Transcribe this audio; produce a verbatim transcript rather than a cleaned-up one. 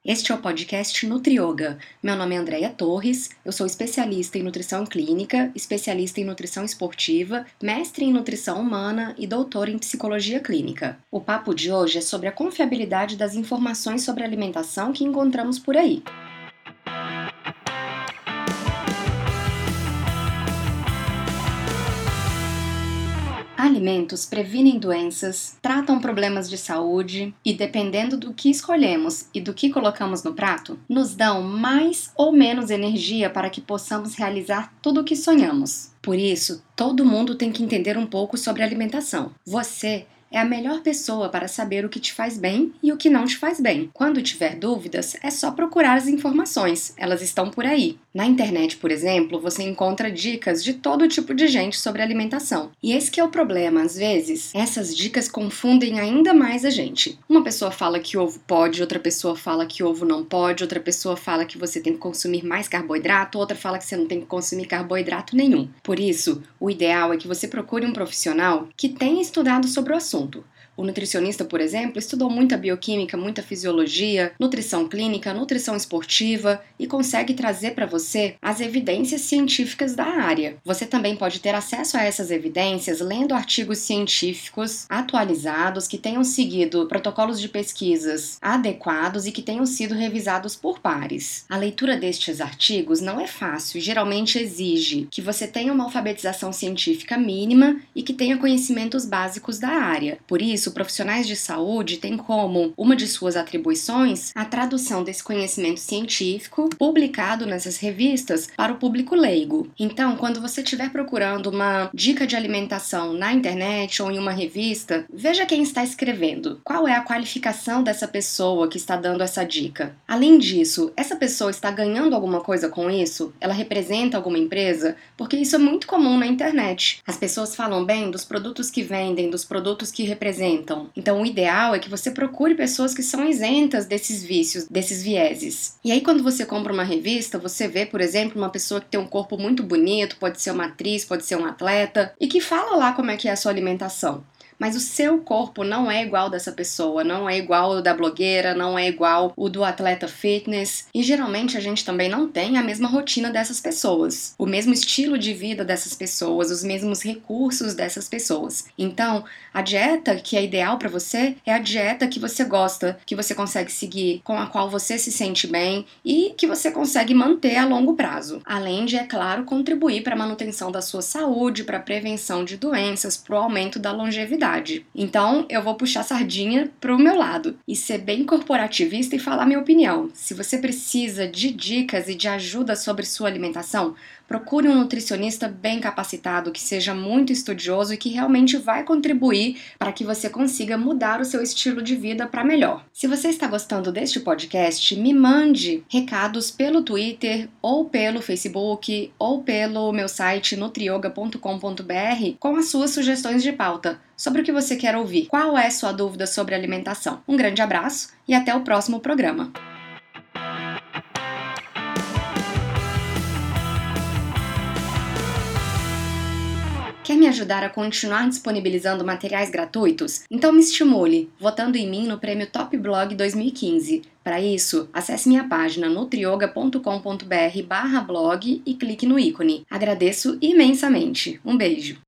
Este é o podcast Nutrioga. Meu nome é Andréia Torres, eu sou especialista em nutrição clínica, especialista em nutrição esportiva, mestre em nutrição humana e doutora em psicologia clínica. O papo de hoje é sobre a confiabilidade das informações sobre alimentação que encontramos por aí. Alimentos previnem doenças, tratam problemas de saúde e, dependendo do que escolhemos e do que colocamos no prato, nos dão mais ou menos energia para que possamos realizar tudo o que sonhamos. Por isso, todo mundo tem que entender um pouco sobre alimentação. Você é a melhor pessoa para saber o que te faz bem e o que não te faz bem. Quando tiver dúvidas, é só procurar as informações, elas estão por aí. Na internet, por exemplo, você encontra dicas de todo tipo de gente sobre alimentação. E esse que é o problema, às vezes, essas dicas confundem ainda mais a gente. Uma pessoa fala que ovo pode, outra pessoa fala que ovo não pode, outra pessoa fala que você tem que consumir mais carboidrato, outra fala que você não tem que consumir carboidrato nenhum. Por isso, o ideal é que você procure um profissional que tenha estudado sobre o assunto. O nutricionista, por exemplo, estudou muita bioquímica, muita fisiologia, nutrição clínica, nutrição esportiva e consegue trazer para você as evidências científicas da área. Você também pode ter acesso a essas evidências lendo artigos científicos atualizados que tenham seguido protocolos de pesquisas adequados e que tenham sido revisados por pares. A leitura destes artigos não é fácil e geralmente exige que você tenha uma alfabetização científica mínima e que tenha conhecimentos básicos da área. Por isso, profissionais de saúde têm como uma de suas atribuições a tradução desse conhecimento científico publicado nessas revistas para o público leigo. Então, quando você estiver procurando uma dica de alimentação na internet ou em uma revista, veja quem está escrevendo, qual é a qualificação dessa pessoa que está dando essa dica. Além disso, essa pessoa está ganhando alguma coisa com isso? Ela representa alguma empresa? Porque isso é muito comum na internet. As pessoas falam bem dos produtos que vendem, dos produtos que representam. Então, o ideal é que você procure pessoas que são isentas desses vícios, desses vieses. E aí, quando você compra uma revista, você vê, por exemplo, uma pessoa que tem um corpo muito bonito, pode ser uma atriz, pode ser um atleta, e que fala lá como é que é a sua alimentação. Mas o seu corpo não é igual dessa pessoa, não é igual o da blogueira, não é igual o do atleta fitness. E geralmente a gente também não tem a mesma rotina dessas pessoas, o mesmo estilo de vida dessas pessoas, os mesmos recursos dessas pessoas. Então, a dieta que é ideal para você é a dieta que você gosta, que você consegue seguir, com a qual você se sente bem e que você consegue manter a longo prazo. Além de, é claro, contribuir para a manutenção da sua saúde, para a prevenção de doenças, para o aumento da longevidade. Então, eu vou puxar a sardinha pro meu lado e ser bem corporativista e falar minha opinião. Se você precisa de dicas e de ajuda sobre sua alimentação, procure um nutricionista bem capacitado, que seja muito estudioso e que realmente vai contribuir para que você consiga mudar o seu estilo de vida para melhor. Se você está gostando deste podcast, me mande recados pelo Twitter, ou pelo Facebook, ou pelo meu site nutrioga ponto com ponto b r com as suas sugestões de pauta sobre o que você quer ouvir. Qual é sua dúvida sobre alimentação? Um grande abraço e até o próximo programa. Quer me ajudar a continuar disponibilizando materiais gratuitos? Então me estimule, votando em mim no Prêmio Top Blog dois mil e quinze. Para isso, acesse minha página nutrioga ponto com ponto b r barra blog e clique no ícone. Agradeço imensamente. Um beijo!